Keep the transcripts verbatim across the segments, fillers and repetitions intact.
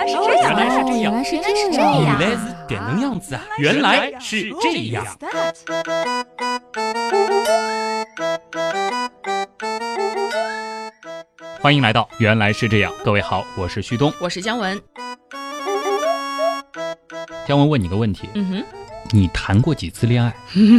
来是这样， 原来是这样， 原来是这能样子啊，原来是这样。欢迎来到原来是这样，各位好，我是旭东， 我是姜文。 姜文问你个问题， 嗯哼， 你谈过几次恋爱？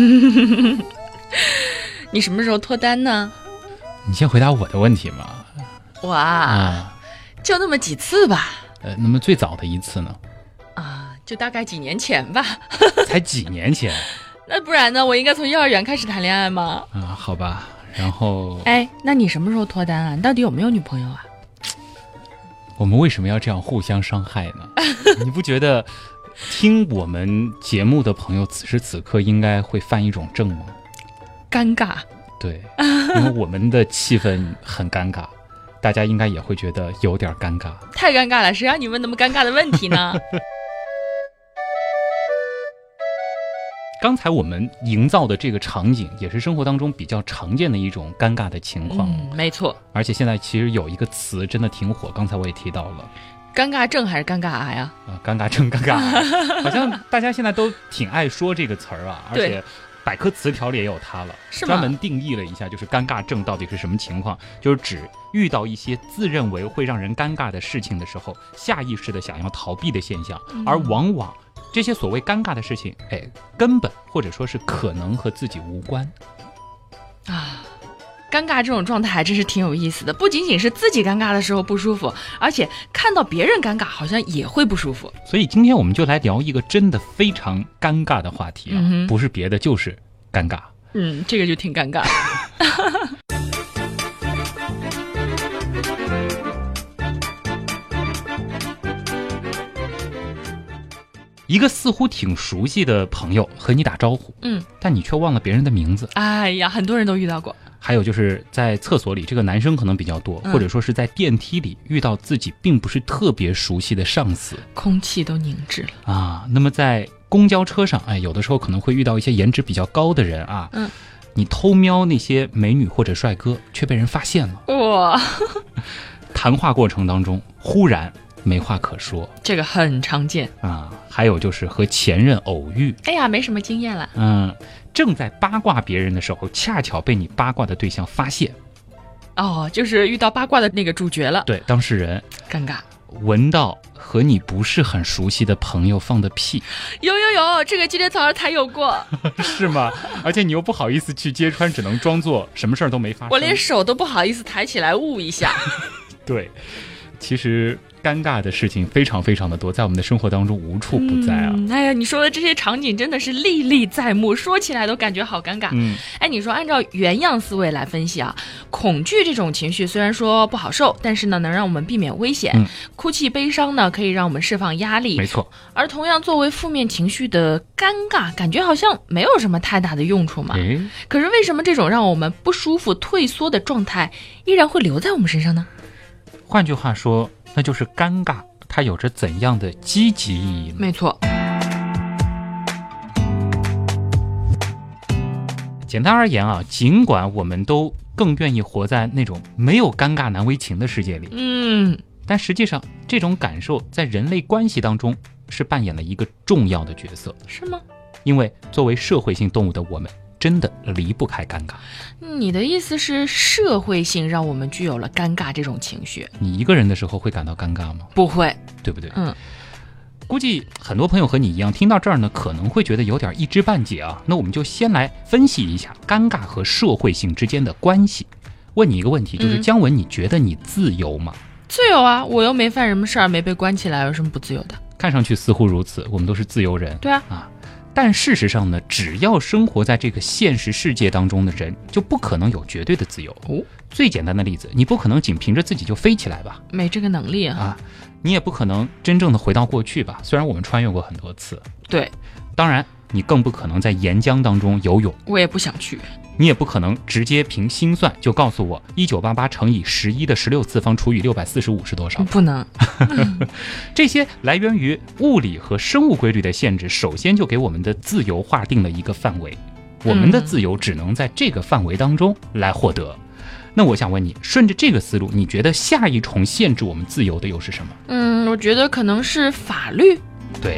你什么时候脱单呢？ 你先回答我的问题嘛。 哇， 啊， 就那么几次吧。 呃，那么最早的一次呢？ 啊，就大概几年前吧。 才几年前？ 那不然呢？我应该从幼儿园开始谈恋爱吗？ 啊，好吧。然后， 哎，那你什么时候脱单啊？你到底有没有女朋友啊？ 我们为什么要这样互相伤害呢？你不觉得听我们节目的朋友此时此刻应该会犯一种症吗？ 尴尬。 对，因为我们的气氛很尴尬，大家应该也会觉得有点尴尬。 太尴尬了，谁让你问那么尴尬的问题呢？ 刚才我们营造的这个场景也是生活当中比较常见的一种尴尬的情况。 嗯，没错。 而且现在其实有一个词真的挺火，刚才我也提到了， 尴尬症还是尴尬癌啊？ 啊，尴尬症，尴尬癌，好像大家现在都挺爱说这个词儿啊，而且百科词条里也有它了，专门定义了一下，就是尴尬症到底是什么情况，就是指遇到一些自认为会让人尴尬的事情的时候，下意识的想要逃避的现象，嗯、而往往这些所谓尴尬的事情，哎，根本或者说是可能和自己无关啊。尴尬这种状态还真是挺有意思的，不仅仅是自己尴尬的时候不舒服，而且看到别人尴尬好像也会不舒服。 所以今天我们就来聊一个真的非常尴尬的话题啊，嗯、不是别的就是尴尬。 嗯，这个就挺尴尬。 一个似乎挺熟悉的朋友和你打招呼， 嗯， 但你却忘了别人的名字。 哎呀，很多人都遇到过。 还有就是在厕所里，这个男生可能比较多，嗯、或者说是在电梯里遇到自己并不是特别熟悉的上司， 空气都凝滞了啊。那么在公交车上，哎，有的时候可能会遇到一些颜值比较高的人啊， 嗯， 你偷瞄那些美女或者帅哥，却被人发现了。 哇！ 谈话过程当中，忽然没话可说， 这个很常见啊。还有就是和前任偶遇， 哎呀，没什么经验了。 嗯，正在八卦别人的时候，恰巧被你八卦的对象发现。 哦，就是遇到八卦的那个主角了。 对，当事人尴尬， 闻到和你不是很熟悉的朋友放的屁。 有有有，这个今天早上才有过。 是吗？而且你又不好意思去揭穿，只能装作什么事儿都没发生。 我连手都不好意思抬起来捂一下。 对，其实尴尬的事情非常非常的多，在我们的生活当中无处不在啊、 嗯、哎呀，你说的这些场景真的是历历在目，说起来都感觉好尴尬。 嗯， 哎，你说按照原样思维来分析啊，恐惧这种情绪虽然说不好受，但是呢能让我们避免危险、嗯、哭泣悲伤呢可以让我们释放压力， 没错。 而同样作为负面情绪的尴尬，感觉好像没有什么太大的用处嘛。可是为什么这种让我们不舒服退缩的状态依然会留在我们身上呢？ 换句话说，那就是尴尬它有着怎样的积极意义呢？ 没错。 简单而言啊，尽管我们都更愿意活在那种没有尴尬难为情的世界里， 嗯， 但实际上这种感受在人类关系当中是扮演了一个重要的角色。 是吗？ 因为作为社会性动物的我们真的离不开尴尬。 你的意思是社会性让我们具有了尴尬这种情绪？ 你一个人的时候会感到尴尬吗？ 不会， 对不对？ 嗯， 估计很多朋友和你一样，听到这儿呢，可能会觉得有点一知半解啊。那我们就先来分析一下尴尬和社会性之间的关系。问你一个问题，就是姜文，你觉得你自由吗？ 自由啊，我又没犯什么事儿，没被关起来，有什么不自由的？ 看上去似乎如此，我们都是自由人。 对啊， 啊。但事实上呢，只要生活在这个现实世界当中的人，就不可能有绝对的自由。 哦， 最简单的例子，你不可能仅凭着自己就飞起来吧？ 没这个能力啊。 啊，你也不可能真正的回到过去吧？虽然我们穿越过很多次。 对， 当然你更不可能在岩浆当中游泳。 我也不想去。 你也不可能直接凭心算就告诉我一九八八乘以十一的十六次方除以六百四十五是多少？ 不能。 这些来源于物理和生物规律的限制，首先就给我们的自由划定了一个范围，我们的自由只能在这个范围当中来获得。 那我想问你，顺着这个思路，你觉得下一重限制我们自由的又是什么？ 嗯，我觉得可能是法律。 对，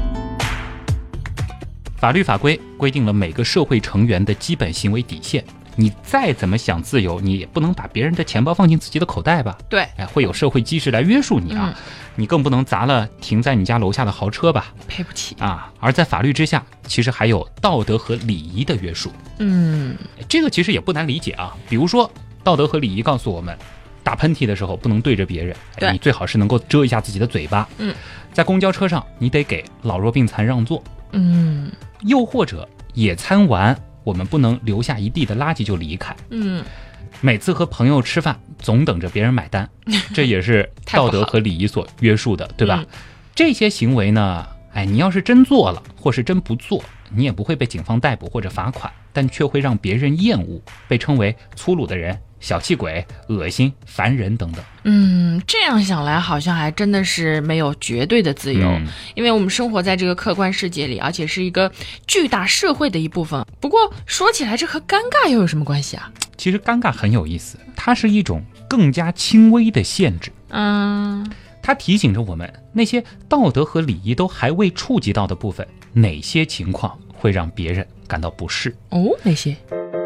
法律法规规定了每个社会成员的基本行为底线。你再怎么想自由，你也不能把别人的钱包放进自己的口袋吧？ 对， 哎，会有社会机制来约束你啊。嗯、你更不能砸了停在你家楼下的豪车吧？ 赔不起啊。而在法律之下，其实还有道德和礼仪的约束。 嗯， 这个其实也不难理解啊。比如说，道德和礼仪告诉我们，打喷嚏的时候不能对着别人， 对， 你最好是能够遮一下自己的嘴巴。 嗯， 在公交车上，你得给老弱病残让座。 嗯， 又或者野餐完，我们不能留下一地的垃圾就离开。 嗯， 每次和朋友吃饭，总等着别人买单，这也是道德和礼仪所约束的，对吧？嗯、这些行为呢，哎，你要是真做了，或是真不做，你也不会被警方逮捕或者罚款，但却会让别人厌恶，被称为粗鲁的人、小气鬼、恶心、烦人等等。 嗯，这样想来好像还真的是没有绝对的自由、嗯、因为我们生活在这个客观世界里，而且是一个巨大社会的一部分。不过说起来，这和尴尬又有什么关系啊？ 其实尴尬很有意思，它是一种更加轻微的限制。 嗯， 它提醒着我们，那些道德和礼仪都还未触及到的部分，哪些情况会让别人感到不适。 哦，哪些？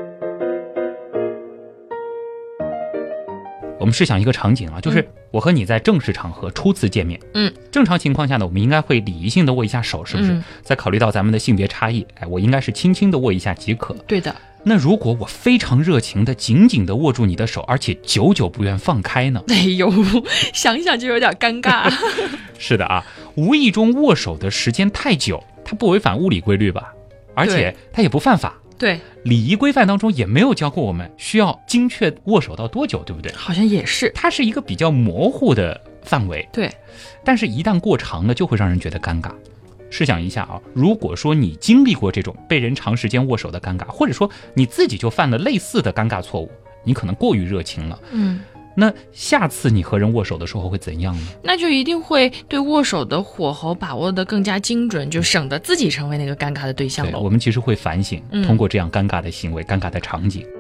我们试想一个场景啊，就是我和你在正式场合初次见面， 嗯， 正常情况下呢，我们应该会礼仪性的握一下手，是不是？嗯、再考虑到咱们的性别差异，哎，我应该是轻轻的握一下即可。 对的。 那如果我非常热情的紧紧的握住你的手，而且久久不愿放开呢？ 哎呦，想想就有点尴尬。 是的啊，无意中握手的时间太久，它不违反物理规律吧？而且它也不犯法。 对， 礼仪规范当中也没有教过我们需要精确握手到多久，对不对？ 好像也是， 它是一个比较模糊的范围。 对， 但是一旦过长了，就会让人觉得尴尬。试想一下啊，如果说你经历过这种被人长时间握手的尴尬，或者说你自己就犯了类似的尴尬错误，你可能过于热情了。 嗯。 那下次你和人握手的时候会怎样呢？ 那就一定会对握手的火候把握得更加精准，就省得自己成为那个尴尬的对象了。 我们其实会反省，通过这样尴尬的行为、嗯、尴尬的场景。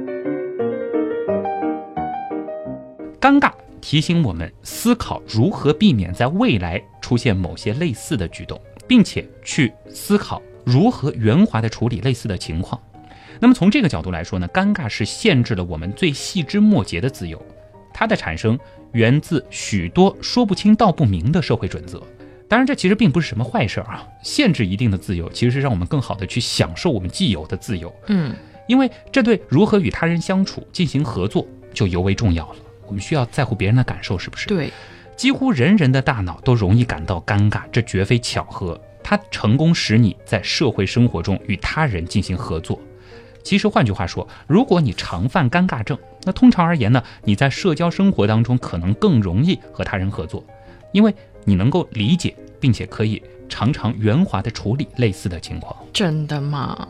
尴尬提醒我们思考如何避免在未来出现某些类似的举动，并且去思考如何圆滑地处理类似的情况。那么从这个角度来说呢，尴尬是限制了我们最细枝末节的自由。它的产生源自许多说不清道不明的社会准则。当然这其实并不是什么坏事啊，限制一定的自由其实是让我们更好的去享受我们既有的自由。 嗯， 因为这对如何与他人相处进行合作就尤为重要了。我们需要在乎别人的感受，是不是？ 对， 几乎人人的大脑都容易感到尴尬，这绝非巧合，它成功使你在社会生活中与他人进行合作。其实换句话说，如果你常犯尴尬症，那通常而言呢，你在社交生活当中可能更容易和他人合作，因为你能够理解并且可以常常圆滑地处理类似的情况。 真的吗？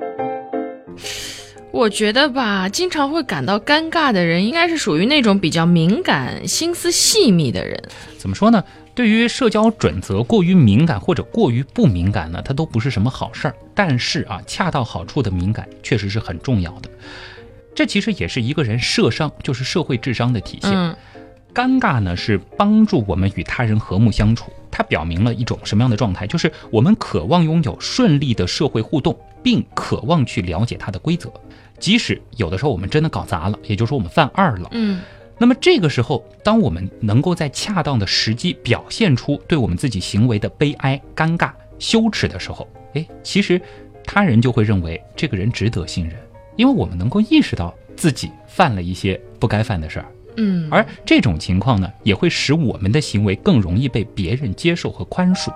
我觉得吧，经常会感到尴尬的人应该是属于那种比较敏感、心思细密的人。 怎么说呢？对于社交准则过于敏感或者过于不敏感呢，它都不是什么好事儿。但是啊，恰到好处的敏感确实是很重要的。这其实也是一个人社商，就是社会智商的体现。 嗯， 尴尬呢是帮助我们与他人和睦相处，它表明了一种什么样的状态？就是我们渴望拥有顺利的社会互动，并渴望去了解它的规则。即使有的时候我们真的搞砸了，也就是说我们犯二了。 嗯。 那么这个时候，当我们能够在恰当的时机表现出对我们自己行为的悲哀、尴尬、羞耻的时候，诶，其实他人就会认为这个人值得信任，因为我们能够意识到自己犯了一些不该犯的事儿。 嗯， 而这种情况呢，也会使我们的行为更容易被别人接受和宽恕。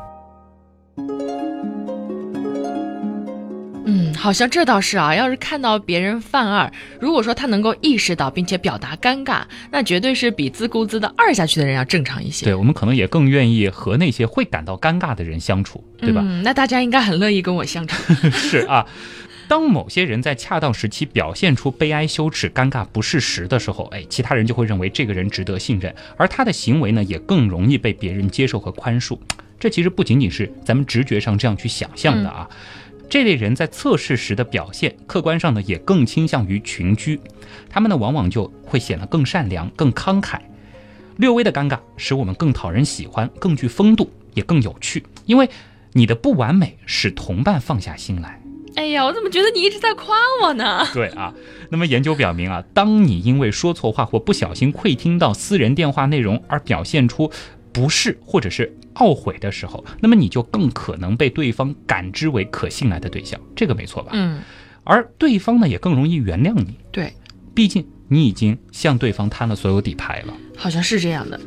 嗯，好像这倒是啊，要是看到别人犯二，如果说他能够意识到并且表达尴尬，那绝对是比自顾自的二下去的人要正常一些。 对，我们可能也更愿意和那些会感到尴尬的人相处，对吧？ 嗯，那大家应该很乐意跟我相处。 是啊，当某些人在恰当时期表现出悲哀、羞耻、尴尬、不适时的时候，哎，其他人就会认为这个人值得信任，而他的行为呢，也更容易被别人接受和宽恕。这其实不仅仅是咱们直觉上这样去想象的啊。嗯， 这类人在测试时的表现，客观上呢也更倾向于群居，他们呢往往就会显得更善良、更慷慨。略微的尴尬使我们更讨人喜欢，更具风度，也更有趣，因为你的不完美使同伴放下心来。 哎呀，我怎么觉得你一直在夸我呢？ 对啊，那么研究表明啊，当你因为说错话或不小心窥听到私人电话内容而表现出不适或者是懊悔的时候，那么你就更可能被对方感知为可信赖的对象，这个没错吧？ 嗯， 而对方呢也更容易原谅你。 对， 毕竟你已经向对方摊了所有底牌了。 好像是这样的。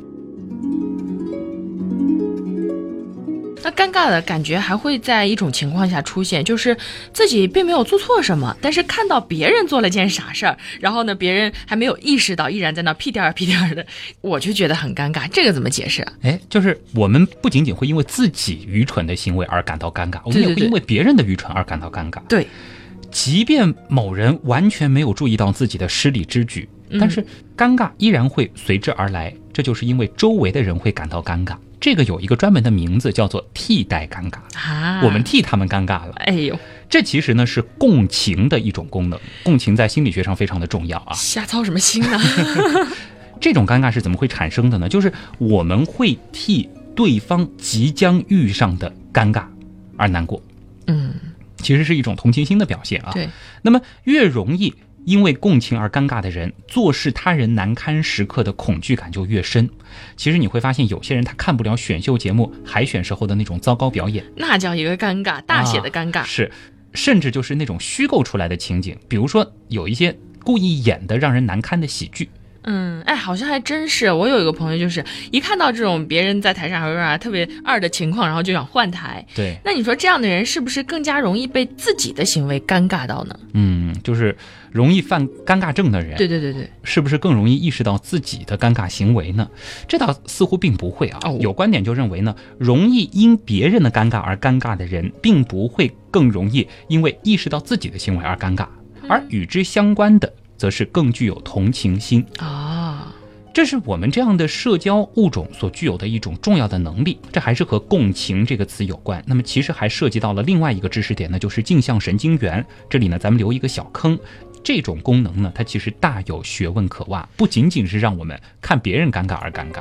那尴尬的感觉还会在一种情况下出现，就是自己并没有做错什么，但是看到别人做了件傻事儿，然后呢别人还没有意识到，依然在那屁颠儿屁颠儿的，我就觉得很尴尬。这个怎么解释啊？ 哎，就是我们不仅仅会因为自己愚蠢的行为而感到尴尬，我们也会因为别人的愚蠢而感到尴尬。 对， 即便某人完全没有注意到自己的失礼之举，但是尴尬依然会随之而来，这就是因为周围的人会感到尴尬。这个有一个专门的名字，叫做替代尴尬啊，我们替他们尴尬了。 哎呦， 这其实呢是共情的一种功能，共情在心理学上非常的重要啊。 瞎操什么心呢？ 这种尴尬是怎么会产生的呢？就是我们会替对方即将遇上的尴尬而难过。 嗯， 其实是一种同情心的表现啊。 对， 那么越容易因为共情而尴尬的人，坐视他人难堪时刻的恐惧感就越深。其实你会发现，有些人他看不了选秀节目海选时候的那种糟糕表演， 那叫一个尴尬，大写的尴尬。 啊、是，甚至就是那种虚构出来的情景，比如说有一些故意演的让人难堪的喜剧。 嗯，哎，好像还真是。我有一个朋友，就是一看到这种别人在台上有点特别二的情况，然后就想换台。 对， 那你说这样的人是不是更加容易被自己的行为尴尬到呢？ 嗯，就是容易犯尴尬症的人， 对对对对， 是不是更容易意识到自己的尴尬行为呢？这倒似乎并不会啊。 哦、 有观点就认为呢，容易因别人的尴尬而尴尬的人，并不会更容易因为意识到自己的行为而尴尬，嗯、而与之相关的则是更具有同情心啊， 这是我们这样的社交物种所具有的一种重要的能力。这还是和共情这个词有关。那么其实还涉及到了另外一个知识点呢，就是镜像神经元。这里呢，咱们留一个小坑。这种功能呢，它其实大有学问可挖，不仅仅是让我们看别人尴尬而尴尬。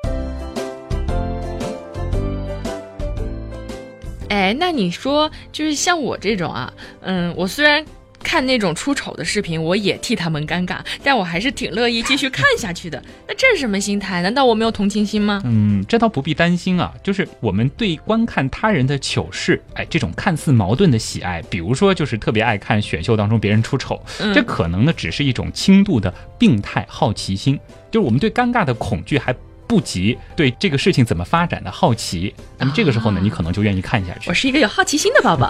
哎，那你说，就是像我这种啊，嗯，我虽然看那种出丑的视频，我也替他们尴尬，但我还是挺乐意继续看下去的。那这是什么心态？难道我没有同情心吗？ 嗯，这倒不必担心啊。就是我们对观看他人的糗事，哎，这种看似矛盾的喜爱，比如说就是特别爱看选秀当中别人出丑，嗯、这可能呢只是一种轻度的病态好奇心，就是我们对尴尬的恐惧还不及对这个事情怎么发展的好奇。那么这个时候呢，啊、你可能就愿意看下去。 我是一个有好奇心的宝宝。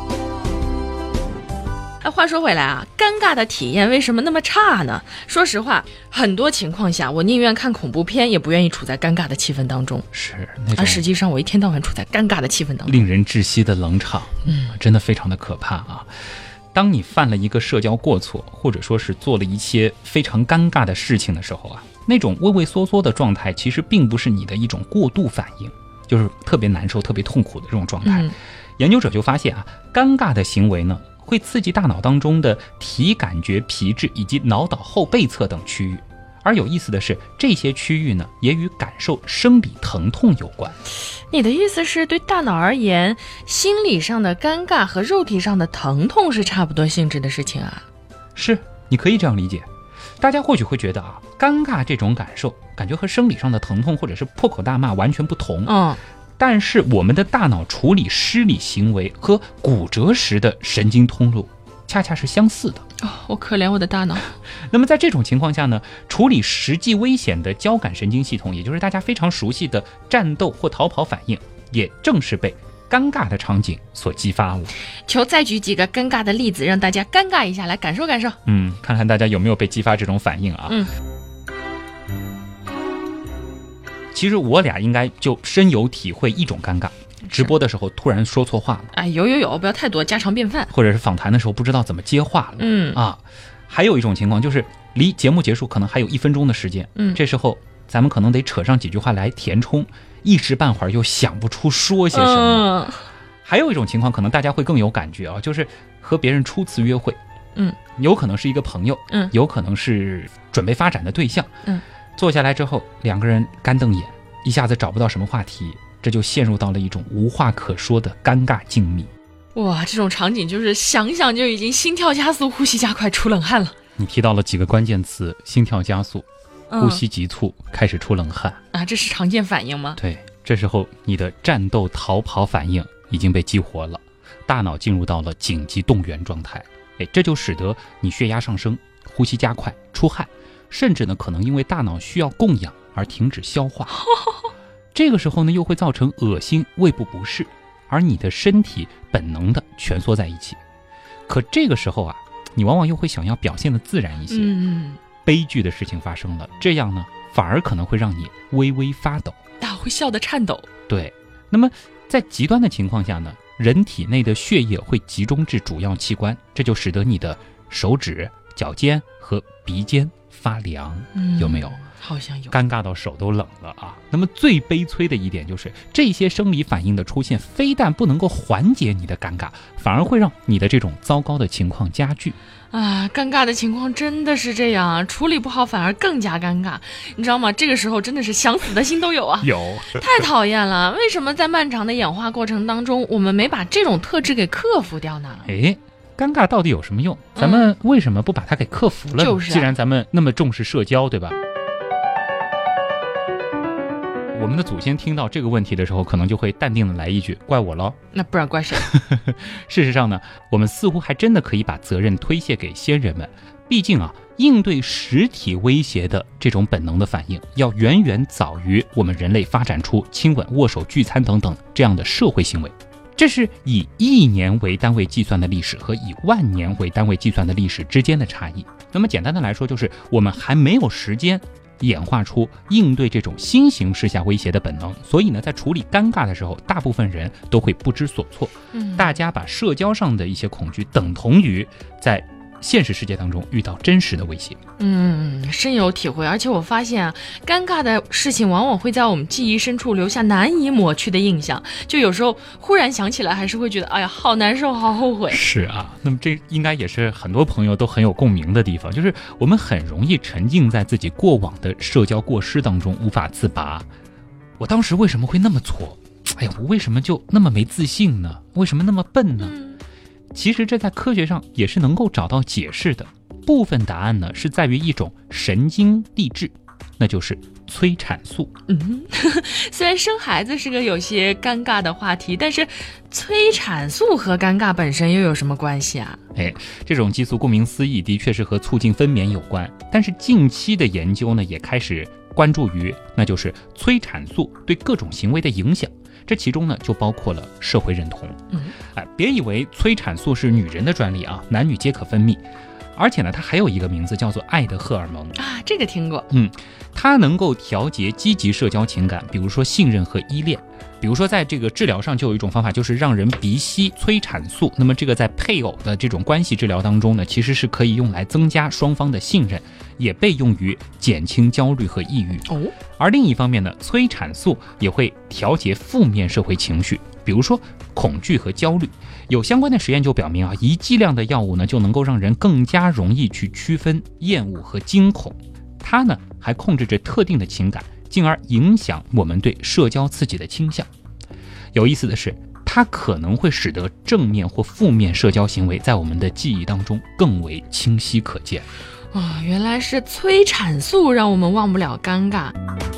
哎，话说回来啊，尴尬的体验为什么那么差呢？说实话，很多情况下，我宁愿看恐怖片，也不愿意处在尴尬的气氛当中。 是，那而实际上我一天到晚处在尴尬的气氛当中， 令人窒息的冷场，嗯，真的非常的可怕啊。当你犯了一个社交过错，或者说是做了一些非常尴尬的事情的时候啊，那种畏畏缩缩的状态，其实并不是你的一种过度反应，就是特别难受、特别痛苦的这种状态。嗯、研究者就发现啊，尴尬的行为呢，会刺激大脑当中的体感觉皮质以及脑岛后背侧等区域，而有意思的是，这些区域呢也与感受生理疼痛有关。 你的意思是，对大脑而言，心理上的尴尬和肉体上的疼痛是差不多性质的事情啊？ 是，你可以这样理解。大家或许会觉得啊，尴尬这种感受，感觉和生理上的疼痛或者是破口大骂完全不同。 嗯。 但是我们的大脑处理失礼行为和骨折时的神经通路恰恰是相似的。 哦，我可怜我的大脑。 那么在这种情况下呢，处理实际危险的交感神经系统，也就是大家非常熟悉的战斗或逃跑反应，也正是被尴尬的场景所激发了。 求再举几个尴尬的例子，让大家尴尬一下，来感受感受。 嗯，看看大家有没有被激发这种反应啊。 嗯。 其实我俩应该就深有体会一种尴尬，直播的时候突然说错话了， 哎，有有有，不要太多，家常便饭。 或者是访谈的时候不知道怎么接话了， 嗯啊，还有一种情况就是离节目结束可能还有一分钟的时间， 嗯， 这时候咱们可能得扯上几句话来填充，一时半会儿又想不出说些什么， 嗯、 还有一种情况可能大家会更有感觉啊，就是和别人初次约会， 嗯， 有可能是一个朋友， 嗯， 有可能是准备发展的对象， 嗯， 坐下来之后两个人干瞪眼，一下子找不到什么话题，这就陷入到了一种无话可说的尴尬静谧。 哇，这种场景就是想想就已经心跳加速，呼吸加快，出冷汗了。 你提到了几个关键词，心跳加速，呼吸急促，嗯，开始出冷汗啊，这是常见反应吗？ 对，这时候你的战斗逃跑反应已经被激活了，大脑进入到了紧急动员状态，哎，这就使得你血压上升，呼吸加快，出汗，甚至呢可能因为大脑需要供氧而停止消化。这个时候呢又会造成恶心、胃部不适，而你的身体本能的蜷缩在一起。可这个时候啊，你往往又会想要表现得自然一些。 嗯， 悲剧的事情发生了，这样呢反而可能会让你微微发抖， 啊，会笑得颤抖。 对，那么在极端的情况下呢，人体内的血液会集中至主要器官，这就使得你的手指、脚尖和鼻尖发凉， 嗯， 有没有？ 好像有， 尴尬到手都冷了啊！那么最悲催的一点就是，这些生理反应的出现，非但不能够缓解你的尴尬，反而会让你的这种糟糕的情况加剧。 啊，尴尬的情况真的是这样，处理不好反而更加尴尬，你知道吗？这个时候真的是想死的心都有啊！ 有， 太讨厌了！为什么在漫长的演化过程当中，我们没把这种特质给克服掉呢？ 哎，尴尬到底有什么用？咱们为什么不把它给克服了呢？ 嗯、就是、啊， 既然咱们那么重视社交，对吧？我们的祖先听到这个问题的时候，可能就会淡定的来一句：“怪我咯。” 那不然怪谁？ 事实上呢，我们似乎还真的可以把责任推卸给先人们。毕竟啊，应对实体威胁的这种本能的反应，要远远早于我们人类发展出亲吻、握手、聚餐等等这样的社会行为。这是以亿年为单位计算的历史和以万年为单位计算的历史之间的差异。那么简单的来说，就是我们还没有时间演化出应对这种新形势下威胁的本能，所以呢，在处理尴尬的时候，大部分人都会不知所措。 嗯， 大家把社交上的一些恐惧等同于在现实世界当中遇到真实的威胁。 嗯，深有体会。而且我发现啊，尴尬的事情往往会在我们记忆深处留下难以抹去的印象，就有时候忽然想起来，还是会觉得哎呀，好难受，好后悔。 是啊，那么这应该也是很多朋友都很有共鸣的地方，就是我们很容易沉浸在自己过往的社交过失当中无法自拔。我当时为什么会那么挫？哎呀，我为什么就那么没自信呢？为什么那么笨呢？ 嗯， 其实这在科学上也是能够找到解释的。部分答案呢是在于一种神经递质，那就是催产素。 嗯，虽然生孩子是个有些尴尬的话题，但是催产素和尴尬本身又有什么关系啊？ 哎，这种激素顾名思义的确是和促进分娩有关，但是近期的研究呢也开始关注于那就是催产素对各种行为的影响。这其中呢，就包括了社会认同。 嗯， 哎，别以为催产素是女人的专利啊，男女皆可分泌。而且呢，它还有一个名字叫做爱的荷尔蒙啊，这个听过。 嗯，它能够调节积极社交情感，比如说信任和依恋。比如说，在这个治疗上就有一种方法，就是让人鼻吸催产素。那么这个在配偶的这种关系治疗当中呢，其实是可以用来增加双方的信任，也被用于减轻焦虑和抑郁。 哦， 而另一方面呢，催产素也会调节负面社会情绪，比如说恐惧和焦虑。有相关的实验就表明啊，一剂量的药物呢，就能够让人更加容易去区分厌恶和惊恐。它呢，还控制着特定的情感，进而影响我们对社交刺激的倾向。有意思的是，它可能会使得正面或负面社交行为在我们的记忆当中更为清晰可见。 啊、哦，原来是催产素让我们忘不了尴尬。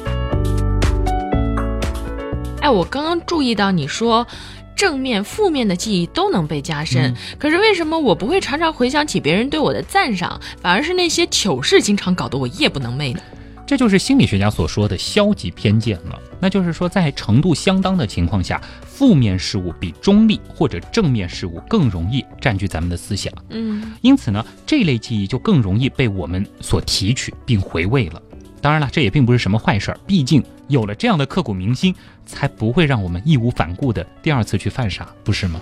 哎，我刚刚注意到你说正面负面的记忆都能被加深、嗯、可是为什么我不会常常回想起别人对我的赞赏，反而是那些糗事经常搞得我夜不能寐呢？ 这就是心理学家所说的消极偏见了。那就是说，在程度相当的情况下，负面事物比中立或者正面事物更容易占据咱们的思想。 嗯， 因此呢，这类记忆就更容易被我们所提取并回味了。当然了，这也并不是什么坏事儿，毕竟有了这样的刻骨铭心，才不会让我们义无反顾的第二次去犯傻，不是吗？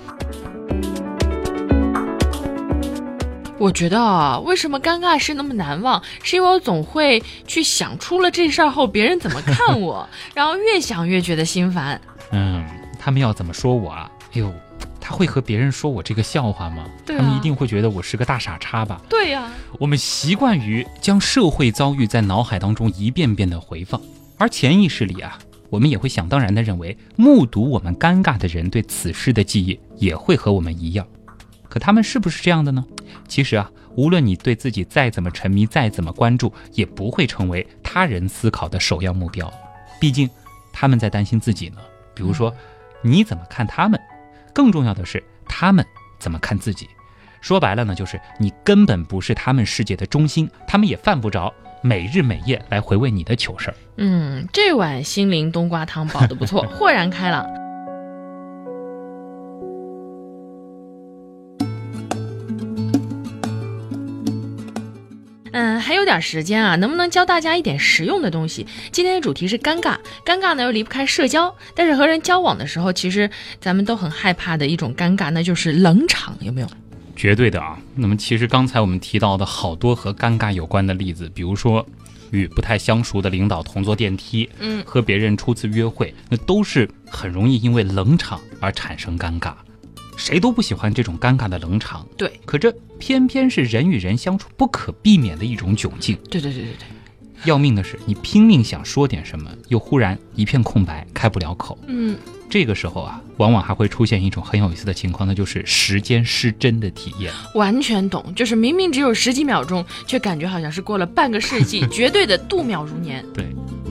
我觉得啊，为什么尴尬是那么难忘，是因为我总会去想出了这事儿后别人怎么看我，然后越想越觉得心烦。 嗯，他们要怎么说我啊？哎呦， 他会和别人说我这个笑话吗？ 对啊， 他们一定会觉得我是个大傻叉吧？ 对呀、啊， 我们习惯于将社会遭遇在脑海当中一遍遍的回放，而潜意识里啊，我们也会想当然的认为，目睹我们尴尬的人对此事的记忆也会和我们一样。可他们是不是这样的呢？其实啊，无论你对自己再怎么沉迷，再怎么关注，也不会成为他人思考的首要目标。毕竟他们在担心自己呢。比如说你怎么看他们，更重要的是他们怎么看自己。说白了呢，就是你根本不是他们世界的中心，他们也犯不着每日每夜来回味你的糗事儿。 嗯，这碗心灵冬瓜汤煲得不错，豁然开朗。嗯，还有点时间啊，能不能教大家一点实用的东西？今天的主题是尴尬，尴尬呢又离不开社交，但是和人交往的时候，其实咱们都很害怕的一种尴尬，那就是冷场，有没有？ 绝对的啊。那么其实刚才我们提到的好多和尴尬有关的例子，比如说与不太相熟的领导同坐电梯，嗯，和别人初次约会，那都是很容易因为冷场而产生尴尬。谁都不喜欢这种尴尬的冷场， 对， 可这偏偏是人与人相处不可避免的一种窘境。 对对对对对， 要命的是你拼命想说点什么，又忽然一片空白，开不了口。 嗯， 这个时候啊，往往还会出现一种很有意思的情况，那就是时间失真的体验。 完全懂，就是明明只有十几秒钟，却感觉好像是过了半个世纪，绝对的度秒如年。 对。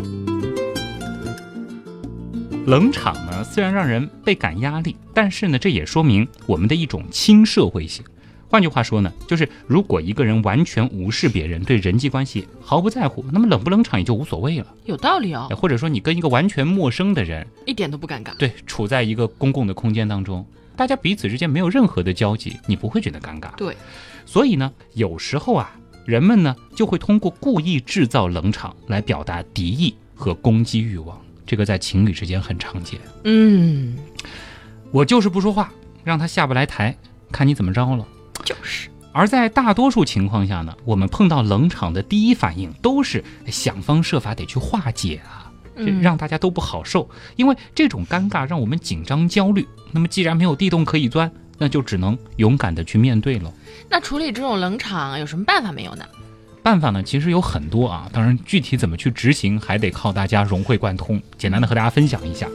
冷场呢，虽然让人倍感压力，但是呢，这也说明我们的一种轻社会性。换句话说呢，就是如果一个人完全无视别人，对人际关系毫不在乎，那么冷不冷场也就无所谓了。 有道理哦。 或者说你跟一个完全陌生的人一点都不尴尬， 对，处在一个公共的空间当中，大家彼此之间没有任何的交集，你不会觉得尴尬。 对， 所以呢，有时候啊，人们呢就会通过故意制造冷场来表达敌意和攻击欲望。这个在情侣之间很常见。 嗯， 我就是不说话，让他下不来台，看你怎么着了。 就是。 而在大多数情况下呢，我们碰到冷场的第一反应都是想方设法得去化解啊， 嗯、 让大家都不好受。因为这种尴尬让我们紧张焦虑，那么既然没有地洞可以钻，那就只能勇敢的去面对了。 那处理这种冷场有什么办法没有呢？ 办法呢，其实有很多啊，当然具体怎么去执行，还得靠大家融会贯通。简单的和大家分享一下，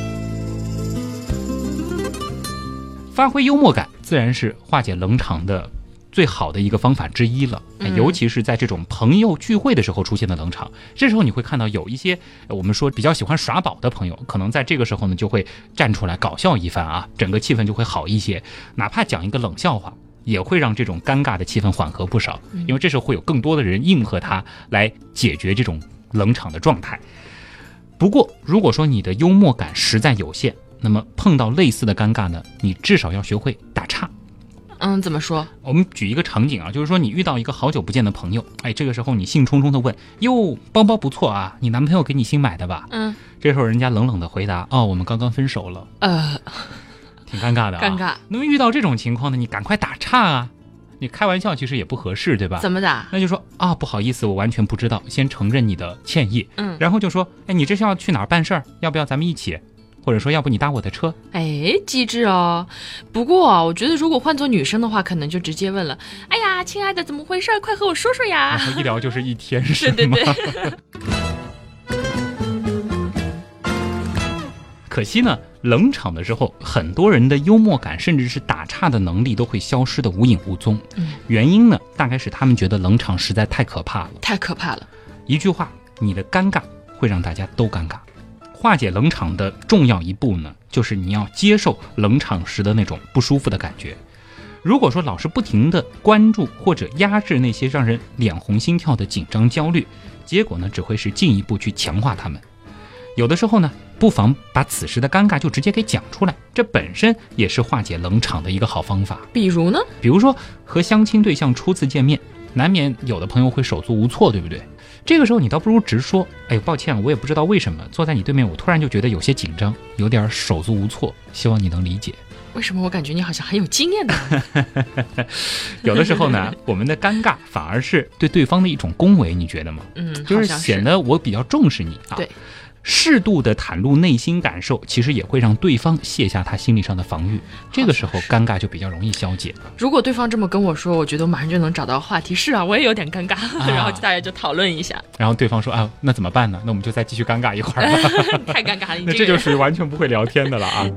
发挥幽默感自然是化解冷场的最好的一个方法之一了。嗯、尤其是在这种朋友聚会的时候出现的冷场，这时候你会看到有一些我们说比较喜欢耍宝的朋友，可能在这个时候呢就会站出来搞笑一番啊，整个气氛就会好一些，哪怕讲一个冷笑话，也会让这种尴尬的气氛缓和不少，因为这时候会有更多的人应和他来解决这种冷场的状态。不过如果说你的幽默感实在有限，那么碰到类似的尴尬呢，你至少要学会打岔。 嗯，怎么说？ 我们举一个场景啊，就是说你遇到一个好久不见的朋友，哎，这个时候你兴冲冲的问，哟，包包不错啊，你男朋友给你新买的吧？ 嗯， 这时候人家冷冷的回答，哦，我们刚刚分手了。 呃挺尴尬的啊。 尴尬。 那么遇到这种情况呢，你赶快打岔啊！你开玩笑其实也不合适，对吧？ 怎么打？ 那就说啊，不好意思，我完全不知道，先承认你的歉意。 嗯， 然后就说，哎，你这是要去哪儿办事儿？要不要咱们一起？或者说，要不你搭我的车？ 哎，机智哦。不过啊，我觉得如果换做女生的话，可能就直接问了，哎呀，亲爱的，怎么回事？快和我说说呀！ 然后一聊就是一天，是吗？ 对对对。 可惜呢，冷场的时候，很多人的幽默感甚至是打岔的能力都会消失的无影无踪。 嗯， 原因呢，大概是他们觉得冷场实在太可怕了。 太可怕了。 一句话，你的尴尬会让大家都尴尬。化解冷场的重要一步呢，就是你要接受冷场时的那种不舒服的感觉。如果说老是不停地关注或者压制那些让人脸红心跳的紧张焦虑，结果呢，只会是进一步去强化他们。有的时候呢，不妨把此时的尴尬就直接给讲出来，这本身也是化解冷场的一个好方法。 比如呢？ 比如说和相亲对象初次见面，难免有的朋友会手足无措，对不对？这个时候你倒不如直说，哎呦，抱歉，我也不知道为什么坐在你对面，我突然就觉得有些紧张，有点手足无措，希望你能理解。 为什么我感觉你好像很有经验呢？ 有的时候呢，我们的尴尬反而是对对方的一种恭维，你觉得吗？ 嗯， 就是显得我比较重视你啊。 对。 适度的袒露内心感受，其实也会让对方卸下他心理上的防御，这个时候尴尬就比较容易消解。 如果对方这么跟我说，我觉得我马上就能找到话题。是啊，我也有点尴尬，啊、然后大家就讨论一下。 然后对方说啊，那怎么办呢？那我们就再继续尴尬一会儿吧。 太尴尬了， 那这就属于完全不会聊天的了啊。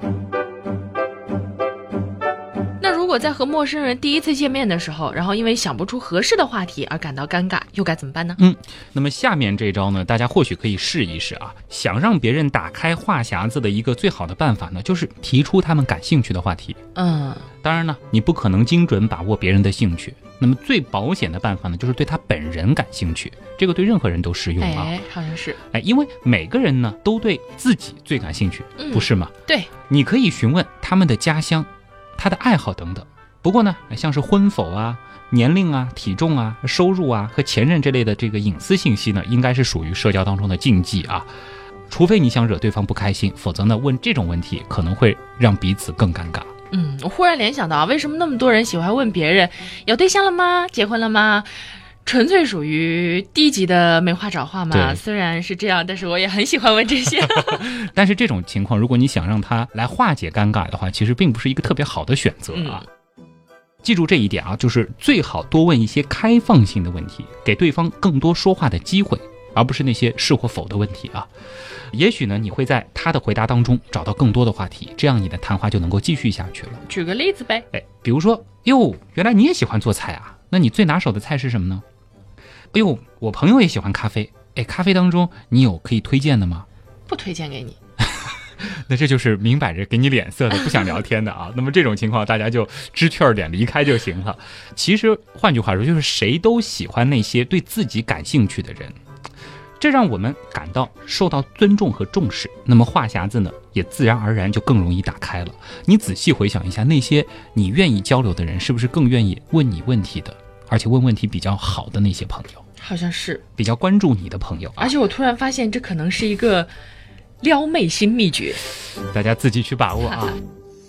如果在和陌生人第一次见面的时候，然后因为想不出合适的话题而感到尴尬，又该怎么办呢？ 嗯，那么下面这招呢，大家或许可以试一试啊。想让别人打开话匣子的一个最好的办法呢，就是提出他们感兴趣的话题。 嗯， 当然呢，你不可能精准把握别人的兴趣。那么最保险的办法呢，就是对他本人感兴趣，这个对任何人都适用啊。 哎，好像是。 哎，因为每个人呢都对自己最感兴趣， 嗯、 不是吗？ 对， 你可以询问他们的家乡、他的爱好等等。不过呢，像是婚否啊、年龄啊、体重啊、收入啊和前任这类的这个隐私信息呢，应该是属于社交当中的禁忌啊。除非你想惹对方不开心，否则呢，问这种问题可能会让彼此更尴尬。 嗯，我忽然联想到，为什么那么多人喜欢问别人有对象了吗？结婚了吗？纯粹属于低级的没话找话嘛。虽然是这样，但是我也很喜欢问这些。 但是这种情况，如果你想让他来化解尴尬的话，其实并不是一个特别好的选择啊。嗯，记住这一点啊，就是最好多问一些开放性的问题，给对方更多说话的机会，而不是那些是或否的问题啊。也许呢，你会在他的回答当中找到更多的话题，这样你的谈话就能够继续下去了。 举个例子呗。 哎，比如说，哟，原来你也喜欢做菜啊？那你最拿手的菜是什么呢？哎呦，我朋友也喜欢咖啡，哎，咖啡当中你有可以推荐的吗？ 不推荐给你。 那这就是明摆着给你脸色的，不想聊天的啊。那么这种情况，大家就知趣儿点离开就行了。其实换句话说，就是谁都喜欢那些对自己感兴趣的人，这让我们感到受到尊重和重视。那么话匣子呢，也自然而然就更容易打开了。你仔细回想一下，那些你愿意交流的人，是不是更愿意问你问题的，而且问问题比较好的那些朋友？ 好像是比较关注你的朋友。 而且我突然发现，这可能是一个撩妹新秘诀， 大家自己去把握啊。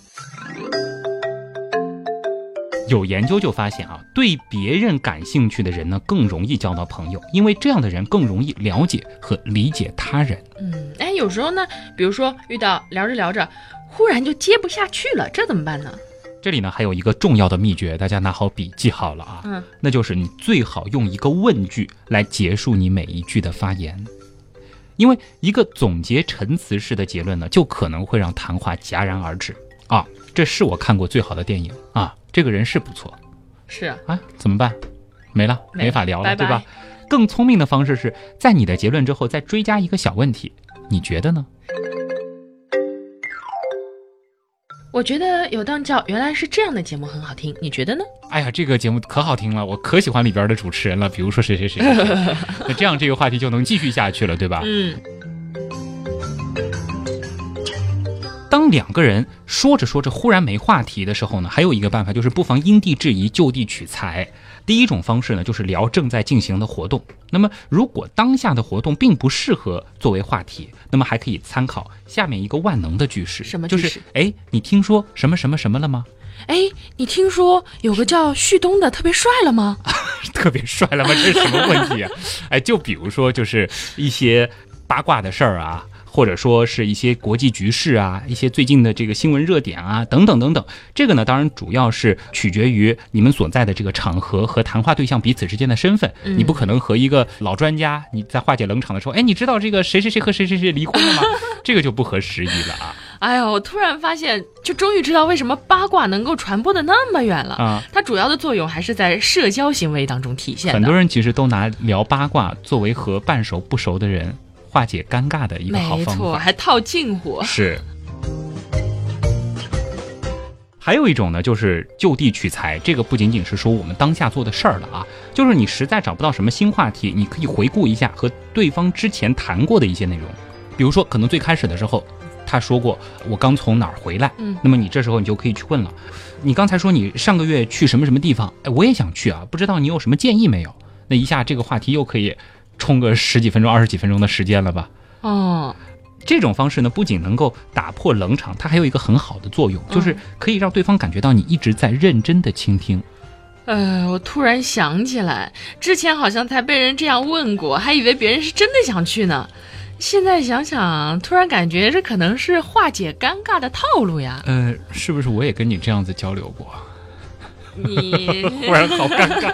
有研究就发现啊，对别人感兴趣的人呢，更容易交到朋友，因为这样的人更容易了解和理解他人。 嗯，哎，有时候呢，比如说遇到聊着聊着，忽然就接不下去了，这怎么办呢？ 这里呢还有一个重要的秘诀，大家拿好笔记好了啊。嗯，那就是你最好用一个问句来结束你每一句的发言。因为一个总结陈词式的结论呢，就可能会让谈话戛然而止啊。这是我看过最好的电影啊，这个人是不错， 是啊， 啊怎么办？没了，没法聊了， 拜拜， 对吧？更聪明的方式是在你的结论之后再追加一个小问题，你觉得呢？ 我觉得有档叫原来是这样的节目很好听，你觉得呢？ 哎呀，这个节目可好听了，我可喜欢里边的主持人了，比如说谁谁谁谁谁那这样这个话题就能继续下去了，对吧？ 嗯。 当两个人说着说着忽然没话题的时候呢，还有一个办法，就是不妨因地制宜，就地取材。第一种方式呢，就是聊正在进行的活动。那么如果当下的活动并不适合作为话题，那么还可以参考下面一个万能的句式。 什么句式？ 就是哎，你听说什么什么什么了吗？ 哎，你听说有个叫旭东的特别帅了吗？ 特别帅了吗？这是什么问题啊？哎，就比如说就是一些八卦的事儿啊，或者说是一些国际局势啊，一些最近的这个新闻热点啊，等等等等。这个呢，当然主要是取决于你们所在的这个场合和谈话对象彼此之间的身份。嗯、你不可能和一个老专家，你在化解冷场的时候，哎，你知道这个谁谁谁和谁谁谁离婚了吗？这个就不合时宜了啊。 哎呦，我突然发现，就终于知道为什么八卦能够传播的那么远了啊！它主要的作用还是在社交行为当中体现的。 很多人其实都拿聊八卦作为和半熟不熟的人化解尴尬的一个好方法， 没错，还套近乎。 是。还有一种呢，就是就地取材。这个不仅仅是说我们当下做的事儿了啊，就是你实在找不到什么新话题，你可以回顾一下和对方之前谈过的一些内容。比如说，可能最开始的时候他说过我刚从哪儿回来，嗯，那么你这时候你就可以去问了，你刚才说你上个月去什么什么地方，哎，我也想去啊，不知道你有什么建议没有？那一下这个话题又可以冲个十几分钟、二十几分钟的时间了吧？ 哦， 这种方式呢，不仅能够打破冷场，它还有一个很好的作用，就是可以让对方感觉到你一直在认真的倾听。 呃，我突然想起来，之前好像才被人这样问过，还以为别人是真的想去呢。 现在想想，突然感觉这可能是化解尴尬的套路呀。 呃，是不是我也跟你这样子交流过？ 你忽然好尴尬。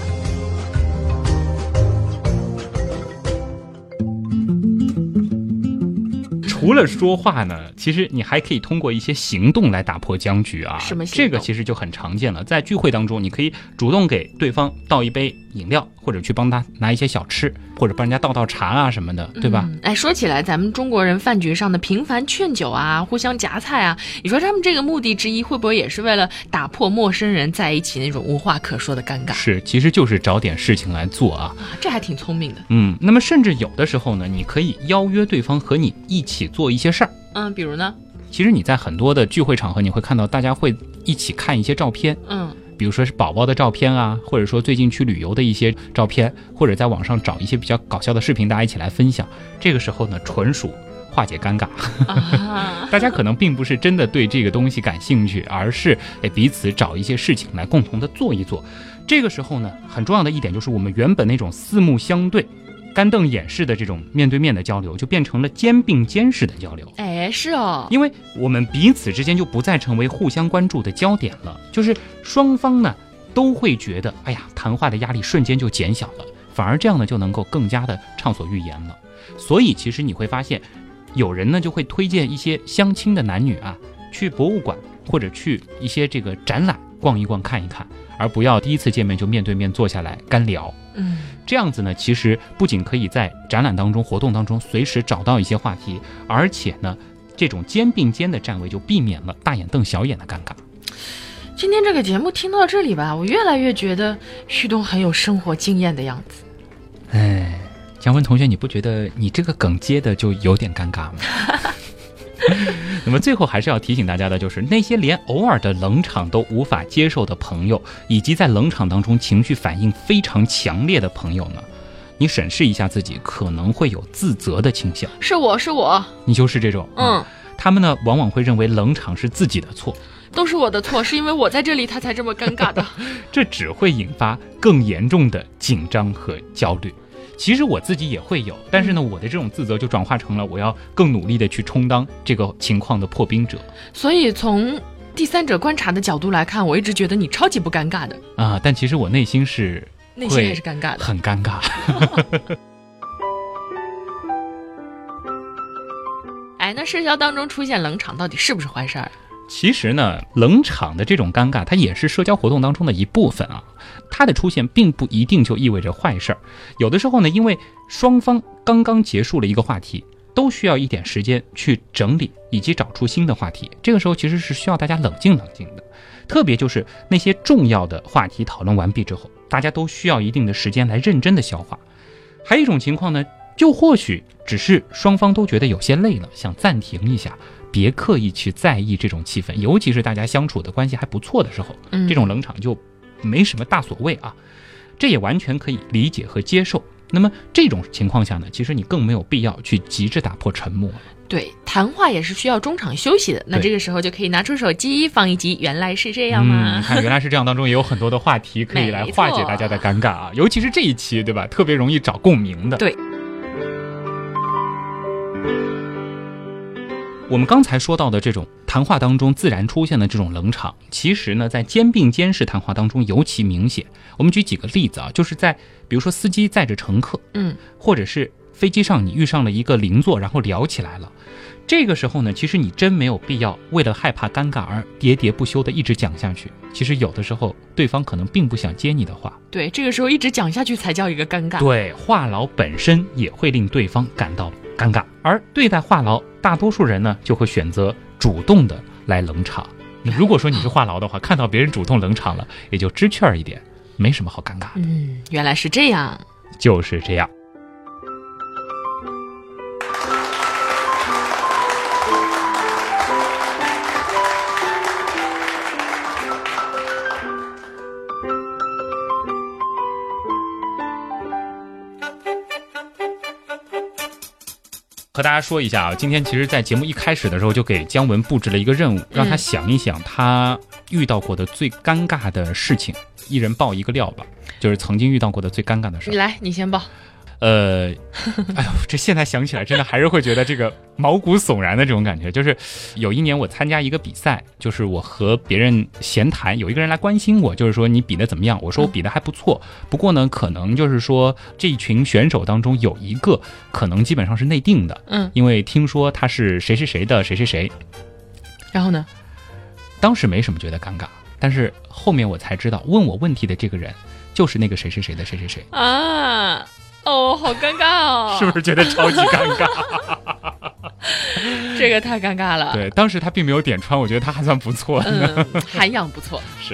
除了说话呢，其实你还可以通过一些行动来打破僵局啊。 什么行动？ 这个其实就很常见了，在聚会当中，你可以主动给对方倒一杯饮料，或者去帮他拿一些小吃，或者帮人家倒倒茶啊什么的，对吧？ 嗯、哎，说起来，咱们中国人饭局上的频繁劝酒啊，互相夹菜啊，你说他们这个目的之一，会不会也是为了打破陌生人在一起那种无话可说的尴尬？ 是，其实就是找点事情来做啊。 啊，这还挺聪明的。 嗯，那么甚至有的时候呢，你可以邀约对方和你一起做一些事儿。 嗯，比如呢？ 其实你在很多的聚会场合，你会看到大家会一起看一些照片。 嗯。 比如说是宝宝的照片啊，或者说最近去旅游的一些照片，或者在网上找一些比较搞笑的视频，大家一起来分享。这个时候呢，纯属化解尴尬。 啊、 大家可能并不是真的对这个东西感兴趣，而是彼此找一些事情来共同的做一做。这个时候呢，很重要的一点就是我们原本那种四目相对、干瞪眼式的这种面对面的交流，就变成了肩并肩式的交流。 哎，是哦， 因为我们彼此之间就不再成为互相关注的焦点了，就是双方呢都会觉得，哎呀，谈话的压力瞬间就减小了，反而这样呢就能够更加的畅所欲言了。所以其实你会发现，有人呢就会推荐一些相亲的男女啊，去博物馆或者去一些这个展览逛一逛看一看，而不要第一次见面就面对面坐下来干聊。 嗯， 这样子呢，其实不仅可以在展览当中、活动当中随时找到一些话题，而且呢，这种肩并肩的站位就避免了大眼瞪小眼的尴尬。 今天这个节目听到这里吧，我越来越觉得旭东很有生活经验的样子。 哎，姜文同学，你不觉得你这个梗接的就有点尴尬吗？那么最后还是要提醒大家的就是，那些连偶尔的冷场都无法接受的朋友，以及在冷场当中情绪反应非常强烈的朋友呢，你审视一下自己，可能会有自责的倾向。 是我是我， 你就是这种。 嗯， 嗯他们呢往往会认为冷场是自己的错， 都是我的错，是因为我在这里他才这么尴尬的。 这只会引发更严重的紧张和焦虑。其实我自己也会有，但是呢，我的这种自责就转化成了我要更努力的去充当这个情况的破冰者。 所以从第三者观察的角度来看，我一直觉得你超级不尴尬的啊，但其实我内心是内心还是尴尬的， 很尴尬。 哎，那社交当中出现冷场到底是不是坏事儿？ 其实呢，冷场的这种尴尬，它也是社交活动当中的一部分啊。它的出现并不一定就意味着坏事儿，有的时候呢，因为双方刚刚结束了一个话题，都需要一点时间去整理以及找出新的话题。这个时候其实是需要大家冷静冷静的，特别就是那些重要的话题讨论完毕之后，大家都需要一定的时间来认真的消化。还有一种情况呢，就或许只是双方都觉得有些累了，想暂停一下，别刻意去在意这种气氛，尤其是大家相处的关系还不错的时候， 嗯、 这种冷场就没什么大所谓啊，这也完全可以理解和接受。那么这种情况下呢，其实你更没有必要去急着打破沉默了。 对，谈话也是需要中场休息的，那这个时候就可以拿出手机放一集原来是这样吗、 嗯、你看原来是这样当中也有很多的话题可以来化解大家的尴尬啊，尤其是这一期对吧，特别容易找共鸣的。 对， 我们刚才说到的这种谈话当中自然出现的这种冷场，其实呢在肩并肩式谈话当中尤其明显。我们举几个例子啊，就是在比如说司机载着乘客， 嗯， 或者是飞机上你遇上了一个邻座，然后聊起来了，这个时候呢，其实你真没有必要为了害怕尴尬而喋喋不休的一直讲下去。其实有的时候对方可能并不想接你的话， 对，这个时候一直讲下去才叫一个尴尬。 对，话痨本身也会令对方感到尴尬，而对待话痨，大多数人呢就会选择主动的来冷场。如果说你是话痨的话，看到别人主动冷场了，也就知趣儿一点，没什么好尴尬的。 嗯，原来是这样， 就是这样。和大家说一下啊，今天其实在节目一开始的时候就给姜文布置了一个任务，让他想一想他遇到过的最尴尬的事情，一人爆一个料吧，就是曾经遇到过的最尴尬的事。 你来，你先报。 呃，哎呦，这现在想起来真的还是会觉得这个毛骨悚然的这种感觉。就是有一年我参加一个比赛，就是我和别人闲谈，有一个人来关心我，就是说你比的怎么样？我说我比的还不错，不过呢，可能就是说这一群选手当中有一个可能基本上是内定的， 嗯， 因为听说他是谁谁谁的谁谁谁。 然后呢？ 当时没什么觉得尴尬，但是后面我才知道，问我问题的这个人就是那个谁谁谁的谁谁谁啊。哦，好尴尬哦！ 是不是觉得超级尴尬？ 这个太尴尬了。 对，当时他并没有点穿，我觉得他还算不错。 嗯，涵养不错。 是。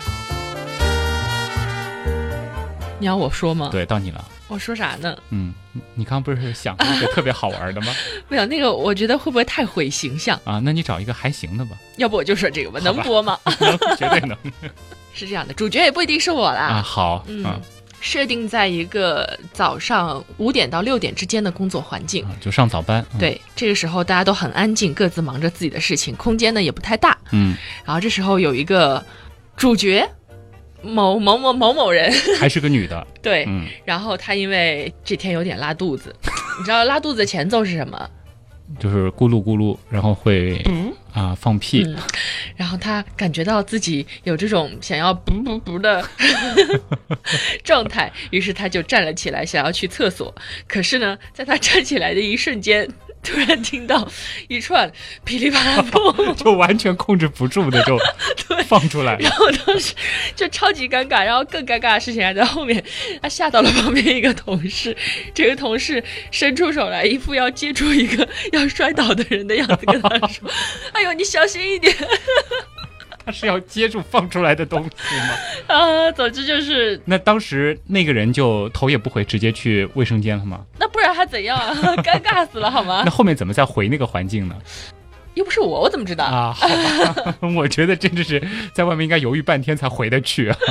你要我说吗？ 对，到你了。 我说啥呢？ 嗯，你刚刚不是想一个特别好玩的吗？ 没有，那个我觉得会不会太毁形象啊？那你找一个还行的吧。 要不我就说这个吧，能播吗？ 能，绝对能。 是这样的，主角也不一定是我啦。 啊，好， 嗯。啊设定在一个早上五点到六点之间的工作环境， 啊、就上早班。 嗯、对，这个时候大家都很安静，各自忙着自己的事情，空间呢也不太大。 嗯， 然后这时候有一个主角某某某某某人， 还是个女的。 对， 嗯， 然后她因为这天有点拉肚子，你知道拉肚子的前奏是什么？ 就是咕噜咕噜，然后会嗯啊放屁、 嗯，然后他感觉到自己有这种想要噗噗噗的状态，于是他就站了起来，想要去厕所。可是呢，在他站起来的一瞬间，突然听到一串噼里啪啦砰， 就完全控制不住的就放出来。 然后当时就超级尴尬，然后更尴尬的事情还在后面，他吓到了旁边一个同事，这个同事伸出手来，一副要接住一个要摔倒的人的样子，跟他说：“哎呦，你小心一点。” 他是要接住放出来的东西吗？ 啊，总之就是…… 那当时那个人就头也不回，直接去卫生间了吗？ 那不然还怎样啊？尴尬死了，好吗？ 那后面怎么再回那个环境呢？ 又不是我，我怎么知道啊？好吧，我觉得真的是在外面应该犹豫半天才回得去啊。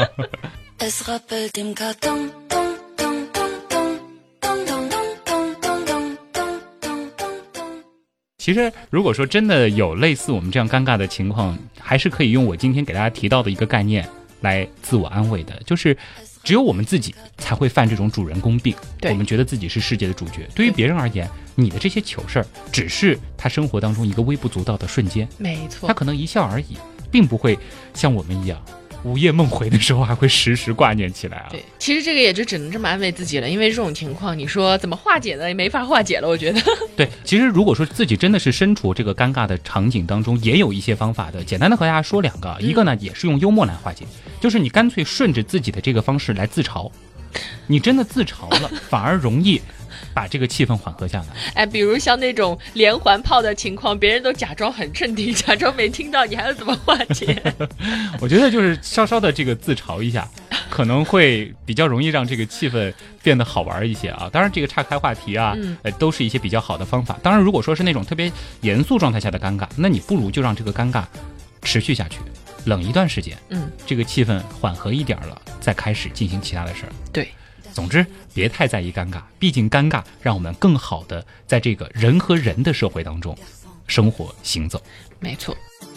其实如果说真的有类似我们这样尴尬的情况，还是可以用我今天给大家提到的一个概念来自我安慰的，就是只有我们自己才会犯这种主人公病。我们觉得自己是世界的主角，对于别人而言，你的这些糗事儿只是他生活当中一个微不足道的瞬间， 没错， 他可能一笑而已，并不会像我们一样午夜梦回的时候还会时时挂念起来啊。 对，其实这个也就只能这么安慰自己了，因为这种情况你说怎么化解呢？也没法化解了，我觉得。 对，其实如果说自己真的是身处这个尴尬的场景当中，也有一些方法的。简单的和大家说两个，一个呢也是用幽默来化解，就是你干脆顺着自己的这个方式来自嘲，你真的自嘲了，反而容易把这个气氛缓和下来。 哎，比如像那种连环炮的情况，别人都假装很镇定，假装没听到，你还要怎么化解？ 我觉得就是稍稍的这个自嘲一下，可能会比较容易让这个气氛变得好玩一些啊。当然这个岔开话题啊、嗯呃、都是一些比较好的方法。当然如果说是那种特别严肃状态下的尴尬，那你不如就让这个尴尬持续下去，冷一段时间， 嗯， 这个气氛缓和一点了，再开始进行其他的事儿。 对， 总之别太在意尴尬，毕竟尴尬让我们更好的在这个人和人的社会当中生活行走。 没错。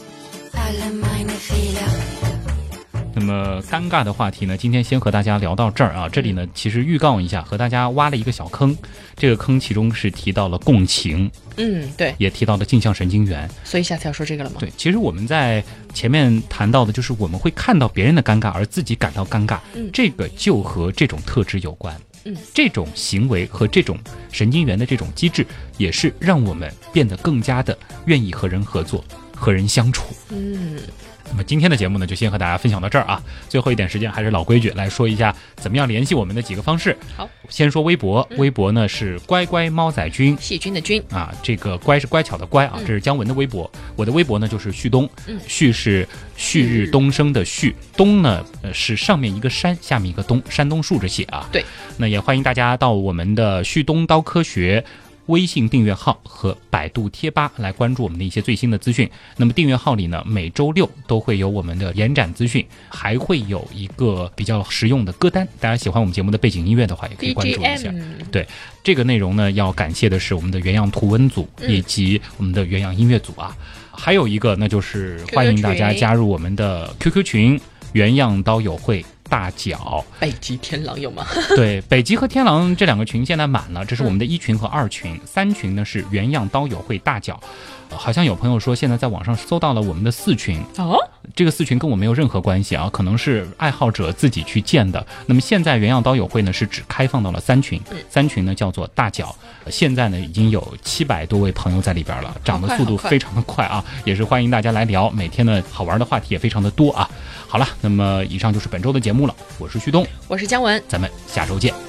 那么尴尬的话题呢，今天先和大家聊到这儿啊。这里呢其实预告一下，和大家挖了一个小坑，这个坑其中是提到了共情， 嗯，对， 也提到了镜像神经元。 所以下次要说这个了吗？ 对，其实我们在前面谈到的就是我们会看到别人的尴尬而自己感到尴尬， 嗯， 这个就和这种特质有关。 嗯， 这种行为和这种神经元的这种机制，也是让我们变得更加的愿意和人合作、和人相处。 嗯。 那么今天的节目呢，就先和大家分享到这儿啊。最后一点时间还是老规矩，来说一下怎么样联系我们的几个方式。 好， 先说微博，微博呢是乖乖猫仔君， 细菌的菌啊，这个乖是乖巧的乖啊，这是姜文的微博。我的微博呢就是旭东， 嗯， 旭是旭日东升的旭，东呢呃是上面一个山，下面一个东，山东竖着写啊。 对， 那也欢迎大家到我们的旭东刀科学微信订阅号和百度贴吧来关注我们的一些最新的资讯。那么订阅号里呢，每周六都会有我们的延展资讯，还会有一个比较实用的歌单。大家喜欢我们节目的背景音乐的话，也可以关注一下。对，这个内容呢，要感谢的是我们的原样图文组以及我们的原样音乐组啊。还有一个，那就是欢迎大家加入我们的 Q Q 群原样刀友会大角。 北极天狼有吗？ 对，北极和天狼这两个群现在满了，这是我们的一群和二群，嗯、三群呢是原样刀友会大角。好像有朋友说现在在网上搜到了我们的四群哦，这个四群跟我没有任何关系啊，可能是爱好者自己去建的。那么现在原样刀友会呢是只开放到了三群，三群呢叫做大角，现在呢已经有七百多位朋友在里边了，涨的速度非常的快啊，也是欢迎大家来聊，每天呢好玩的话题也非常的多啊。好了，那么以上就是本周的节目了，我是旭东， 我是姜文， 咱们下周见。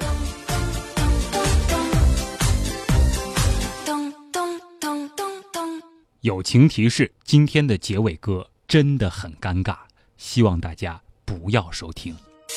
友情提示：今天的结尾歌真的很尴尬，希望大家不要收听。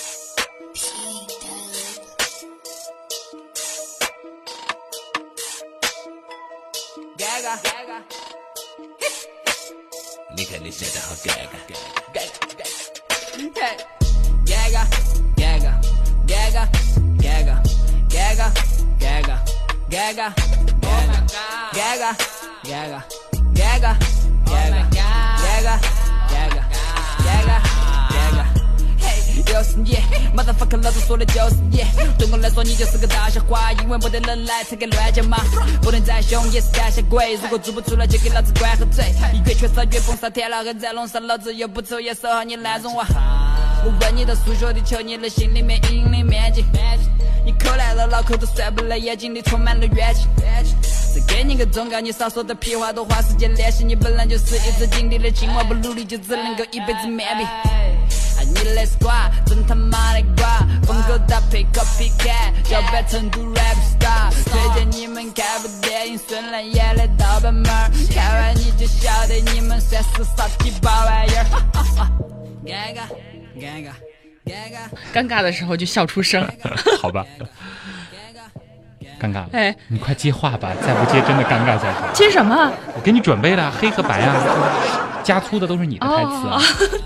你看你现在好尴尬，尴尬，尴尬，尴尬，尴尬，尴尬，尴尬，尴尬，尴尬，尴尬，尴尬。Gaga, Gaga, Gaga, Gaga, Gaga, Gaga. Hey， 又是你 ，motherfucker， 老子说的就是你。对我来说，你就是个大笑话，因为没得人来才敢乱讲嘛。不能再凶，也是胆小鬼。如果做不出来，就给老子管和嘴。你越缺少越蹦上天，老汉在弄上，老子又不抽烟，守好你烂种娃。我问你到数学的球，你的心里面阴影的面积。你口来了，脑壳都算不来，眼睛里充满了怨气。再给你个忠告，你少说的屁话，多花时间练习。你本来就是一只井底的青蛙，不努力就只能够一辈子面壁。啊，你那是瓜，真他妈的瓜，风格搭配 copycat， 叫板成都 rap star。推荐你们看部电影，孙楠演的盗版门，看完你就晓得你们算是啥鸡巴玩意儿。尴尬，尴尬，尴尬， 尴尬的时候就笑出声。 好吧。尴尬了，哎，你快接话吧，再不接真的尴尬下去。 接什么？ 我给你准备的黑和白啊，加粗的都是你的台词啊。哦、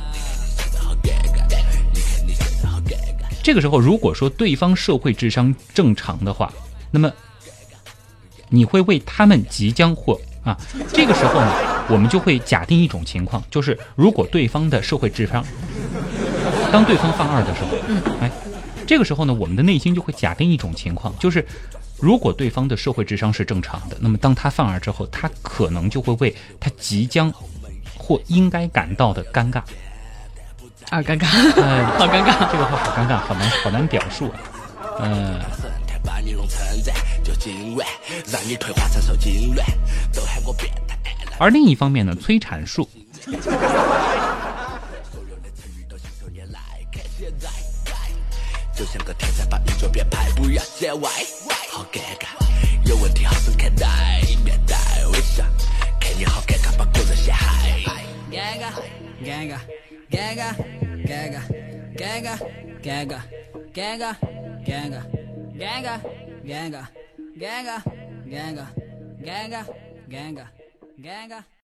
这个时候，如果说对方社会智商正常的话，那么你会为他们即将或啊，这个时候呢，我们就会假定一种情况，就是如果对方的社会智商，当对方犯二的时候，嗯，哎，这个时候呢，我们的内心就会假定一种情况，就是。如果对方的社会智商是正常的，那么当他犯二之后，他可能就会为他即将或应该感到的尴尬而尴尬，哎，好尴尬， 这个话好尴尬，好难好难表述啊。嗯、呃。而另一方面呢，催产术。就像个天才把你左边拍，不要见外，好尴尬，有问题好生看待，面带微笑，看你好尴尬，把工作陷害。尴尬，尴尬，尴尬，尴尬，尴尬，尴尬，尴尬，尴尬，尴尬，尴尬，尴尬，尴尬，尴尬，尴尬，尴尬。